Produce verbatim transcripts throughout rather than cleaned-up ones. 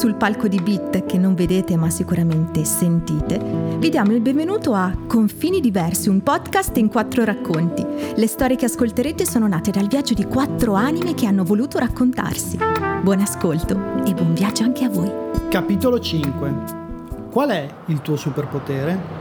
sul palco di Beat che non vedete ma sicuramente sentite, vi diamo il benvenuto a Confini Diversi, un podcast in quattro racconti. Le storie che ascolterete sono nate dal viaggio di quattro anime che hanno voluto raccontarsi. Buon ascolto e buon viaggio anche a voi. Capitolo cinque. Qual è il tuo superpotere?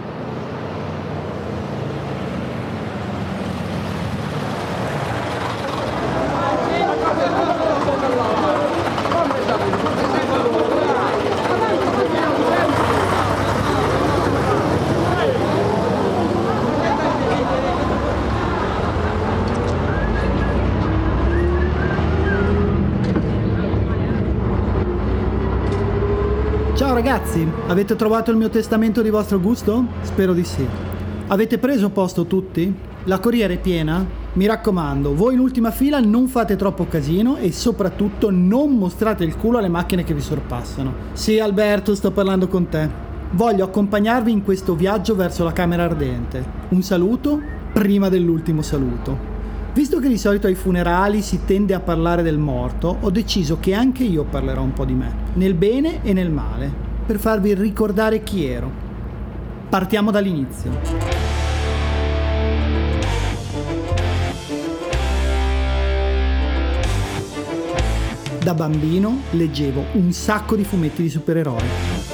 Ciao ragazzi, avete trovato il mio testamento di vostro gusto? Spero di sì. Avete preso posto tutti? La corriera è piena? Mi raccomando, voi in ultima fila non fate troppo casino e soprattutto non mostrate il culo alle macchine che vi sorpassano. Sì Alberto, sto parlando con te. Voglio accompagnarvi in questo viaggio verso la camera ardente. Un saluto prima dell'ultimo saluto. Visto che di solito ai funerali si tende a parlare del morto, ho deciso che anche io parlerò un po' di me, nel bene e nel male, per farvi ricordare chi ero. Partiamo dall'inizio. Da bambino leggevo un sacco di fumetti di supereroi.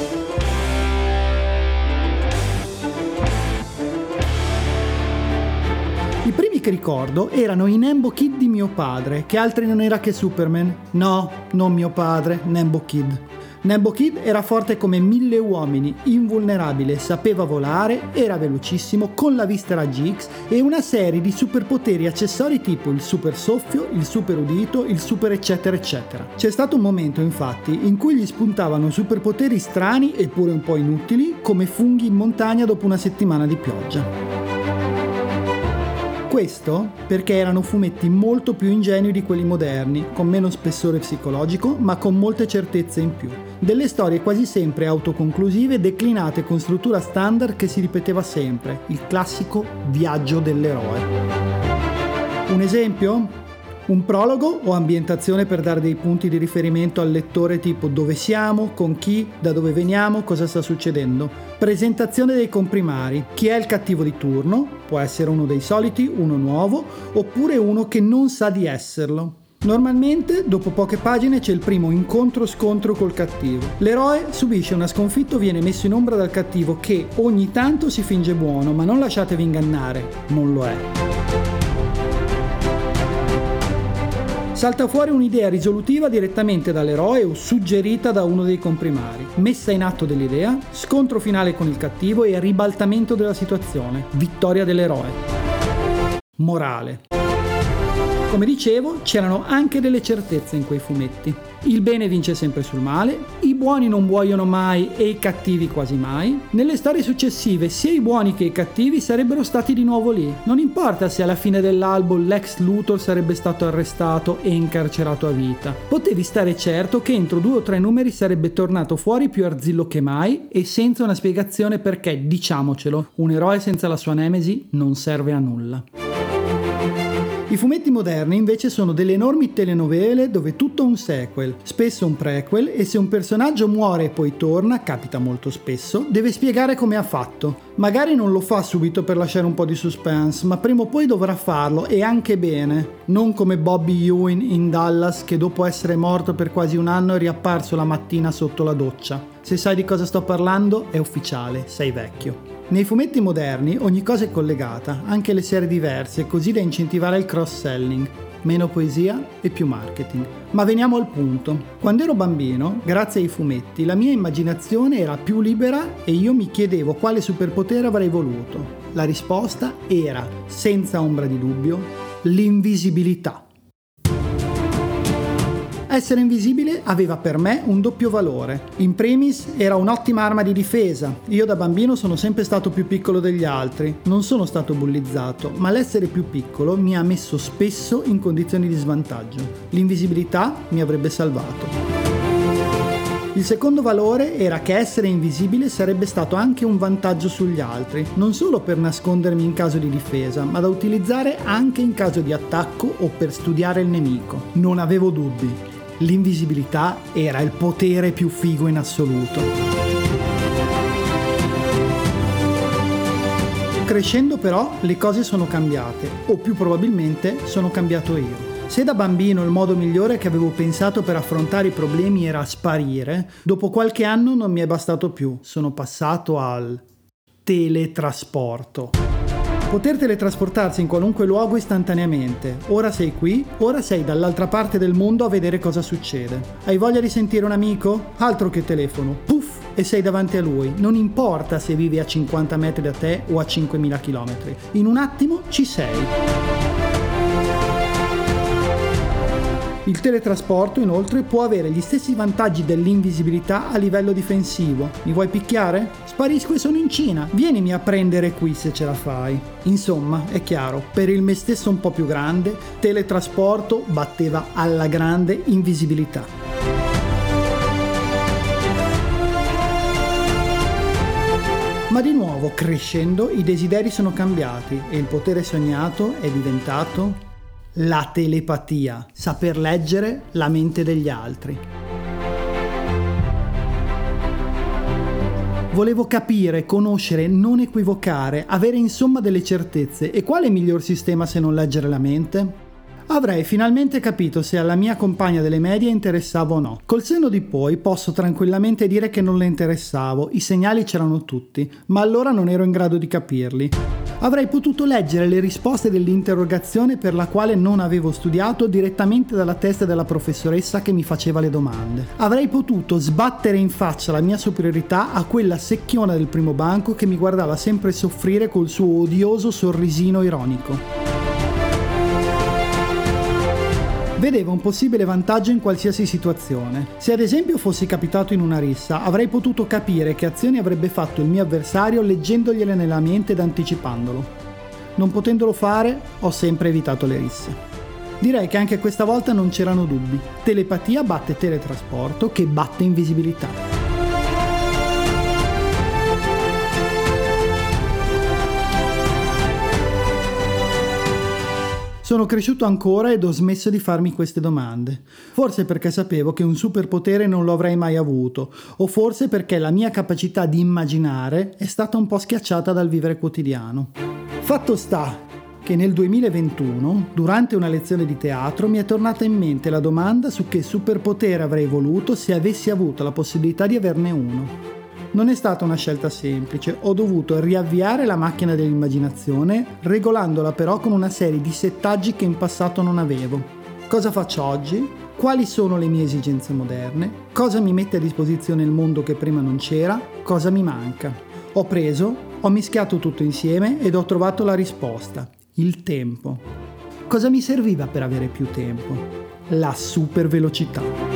I primi che ricordo erano i Nembo Kid di mio padre, che altri non era che Superman. No, non mio padre, Nembo Kid. Nembo Kid era forte come mille uomini, invulnerabile, sapeva volare, era velocissimo, con la vista raggi X e una serie di superpoteri accessori tipo il super soffio, il super udito, il super eccetera eccetera. C'è stato un momento infatti in cui gli spuntavano superpoteri strani eppure un po' inutili, come funghi in montagna dopo una settimana di pioggia. Questo perché erano fumetti molto più ingenui di quelli moderni, con meno spessore psicologico, ma con molte certezze in più. Delle storie quasi sempre autoconclusive declinate con struttura standard che si ripeteva sempre, il classico viaggio dell'eroe. Un esempio? Un prologo o ambientazione per dare dei punti di riferimento al lettore tipo dove siamo, con chi, da dove veniamo, cosa sta succedendo. Presentazione dei comprimari, chi è il cattivo di turno, può essere uno dei soliti, uno nuovo, oppure uno che non sa di esserlo. Normalmente, dopo poche pagine, c'è il primo incontro-scontro col cattivo. L'eroe subisce una sconfitta o viene messo in ombra dal cattivo che ogni tanto si finge buono, ma non lasciatevi ingannare, non lo è. Salta fuori un'idea risolutiva direttamente dall'eroe o suggerita da uno dei comprimari. Messa in atto dell'idea, scontro finale con il cattivo e ribaltamento della situazione. Vittoria dell'eroe. Morale. Come dicevo, c'erano anche delle certezze in quei fumetti. Il bene vince sempre sul male, i buoni non muoiono mai e i cattivi quasi mai. Nelle storie successive sia i buoni che i cattivi sarebbero stati di nuovo lì. Non importa se alla fine dell'albo Lex Luthor sarebbe stato arrestato e incarcerato a vita. Potevi stare certo che entro due o tre numeri sarebbe tornato fuori più arzillo che mai e senza una spiegazione perché, diciamocelo, un eroe senza la sua nemesi non serve a nulla. I fumetti moderni invece sono delle enormi telenovele dove tutto è un sequel, spesso un prequel, e se un personaggio muore e poi torna, capita molto spesso, deve spiegare come ha fatto. Magari non lo fa subito per lasciare un po' di suspense, ma prima o poi dovrà farlo e anche bene. Non come Bobby Ewing in Dallas che dopo essere morto per quasi un anno è riapparso la mattina sotto la doccia. Se sai di cosa sto parlando, è ufficiale, sei vecchio. Nei fumetti moderni ogni cosa è collegata, anche le serie diverse, così da incentivare il cross-selling. Meno poesia e più marketing. Ma veniamo al punto. Quando ero bambino, grazie ai fumetti, la mia immaginazione era più libera e io mi chiedevo quale superpotere avrei voluto. La risposta era, senza ombra di dubbio, l'invisibilità. Essere invisibile aveva per me un doppio valore. In primis era un'ottima arma di difesa. Io da bambino sono sempre stato più piccolo degli altri. Non sono stato bullizzato, ma l'essere più piccolo mi ha messo spesso in condizioni di svantaggio. L'invisibilità mi avrebbe salvato. Il secondo valore era che essere invisibile sarebbe stato anche un vantaggio sugli altri, non solo per nascondermi in caso di difesa, ma da utilizzare anche in caso di attacco o per studiare il nemico. Non avevo dubbi. L'invisibilità era il potere più figo in assoluto. Crescendo però le cose sono cambiate, o più probabilmente sono cambiato io. Se da bambino il modo migliore che avevo pensato per affrontare i problemi era sparire, dopo qualche anno non mi è bastato più. Sono passato al teletrasporto. Poter teletrasportarsi in qualunque luogo istantaneamente. Ora sei qui, ora sei dall'altra parte del mondo a vedere cosa succede. Hai voglia di sentire un amico? Altro che telefono. Puff! E sei davanti a lui. Non importa se vivi a cinquanta metri da te o a cinquemila chilometri. In un attimo ci sei. Il teletrasporto, inoltre, può avere gli stessi vantaggi dell'invisibilità a livello difensivo. Mi vuoi picchiare? Sparisco e sono in Cina. Vienimi a prendere qui se ce la fai. Insomma, è chiaro, per il me stesso un po' più grande, teletrasporto batteva alla grande invisibilità. Ma di nuovo, crescendo, i desideri sono cambiati e il potere sognato è diventato la telepatia, saper leggere la mente degli altri. Volevo capire, conoscere, non equivocare, avere insomma delle certezze. E quale miglior sistema se non leggere la mente? Avrei finalmente capito se alla mia compagna delle medie interessavo o no. Col senno di poi posso tranquillamente dire che non le interessavo, i segnali c'erano tutti, ma allora non ero in grado di capirli. Avrei potuto leggere le risposte dell'interrogazione per la quale non avevo studiato direttamente dalla testa della professoressa che mi faceva le domande. Avrei potuto sbattere in faccia la mia superiorità a quella secchiona del primo banco che mi guardava sempre soffrire col suo odioso sorrisino ironico. Vedevo un possibile vantaggio in qualsiasi situazione. Se ad esempio fossi capitato in una rissa, avrei potuto capire che azioni avrebbe fatto il mio avversario leggendogliele nella mente ed anticipandolo. Non potendolo fare, ho sempre evitato le risse. Direi che anche questa volta non c'erano dubbi. Telepatia batte teletrasporto che batte invisibilità. Sono cresciuto ancora ed ho smesso di farmi queste domande. Forse perché sapevo che un superpotere non lo avrei mai avuto, o forse perché la mia capacità di immaginare è stata un po' schiacciata dal vivere quotidiano. Fatto sta che nel duemilaventuno, durante una lezione di teatro, mi è tornata in mente la domanda su che superpotere avrei voluto se avessi avuto la possibilità di averne uno. Non è stata una scelta semplice, ho dovuto riavviare la macchina dell'immaginazione, regolandola però con una serie di settaggi che in passato non avevo. Cosa faccio oggi? Quali sono le mie esigenze moderne? Cosa mi mette a disposizione il mondo che prima non c'era? Cosa mi manca? Ho preso, ho mischiato tutto insieme ed ho trovato la risposta: il tempo. Cosa mi serviva per avere più tempo? La supervelocità.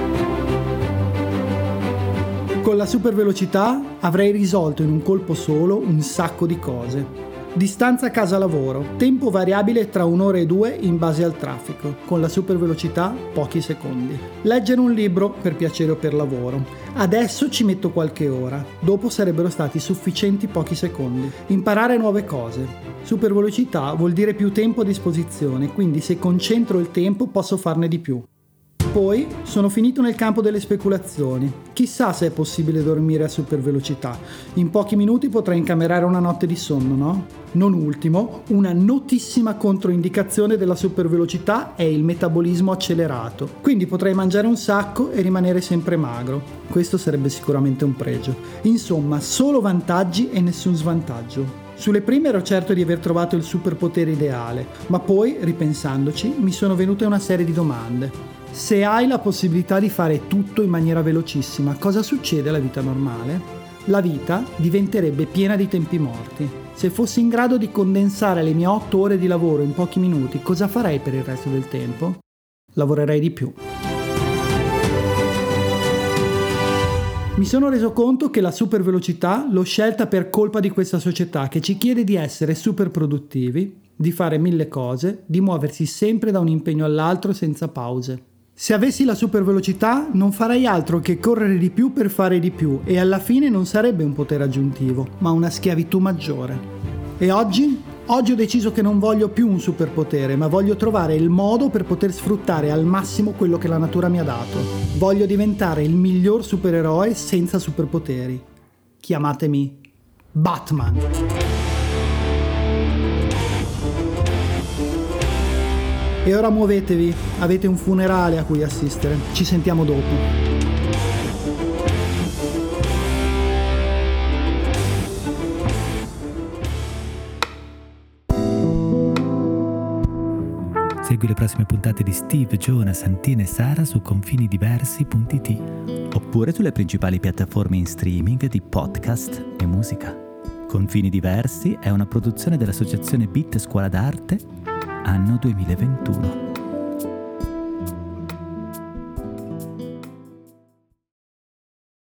Con la supervelocità avrei risolto in un colpo solo un sacco di cose. Distanza casa-lavoro, tempo variabile tra un'ora e due in base al traffico. Con la supervelocità pochi secondi. Leggere un libro per piacere o per lavoro. Adesso ci metto qualche ora, dopo sarebbero stati sufficienti pochi secondi. Imparare nuove cose. Supervelocità vuol dire più tempo a disposizione, quindi se concentro il tempo posso farne di più. Poi sono finito nel campo delle speculazioni. Chissà se è possibile dormire a supervelocità. In pochi minuti potrei incamerare una notte di sonno, no? Non ultimo, una notissima controindicazione della supervelocità è il metabolismo accelerato. Quindi potrei mangiare un sacco e rimanere sempre magro. Questo sarebbe sicuramente un pregio. Insomma, solo vantaggi e nessun svantaggio. Sulle prime ero certo di aver trovato il superpotere ideale, ma poi, ripensandoci, mi sono venute una serie di domande. Se hai la possibilità di fare tutto in maniera velocissima, cosa succede alla vita normale? La vita diventerebbe piena di tempi morti. Se fossi in grado di condensare le mie otto ore di lavoro in pochi minuti, cosa farei per il resto del tempo? Lavorerei di più. Mi sono reso conto che la supervelocità l'ho scelta per colpa di questa società che ci chiede di essere super produttivi, di fare mille cose, di muoversi sempre da un impegno all'altro senza pause. Se avessi la supervelocità non farei altro che correre di più per fare di più e alla fine non sarebbe un potere aggiuntivo, ma una schiavitù maggiore. E oggi? Oggi ho deciso che non voglio più un superpotere, ma voglio trovare il modo per poter sfruttare al massimo quello che la natura mi ha dato. Voglio diventare il miglior supereroe senza superpoteri. Chiamatemi Batman. E ora muovetevi, avete un funerale a cui assistere. Ci sentiamo dopo. Segui le prossime puntate di Steve, Giona, Santina e Sara su confini diversi punto it oppure sulle principali piattaforme in streaming di podcast e musica. Confini Diversi è una produzione dell'associazione Beat Scuola d'Arte, anno duemilaventuno.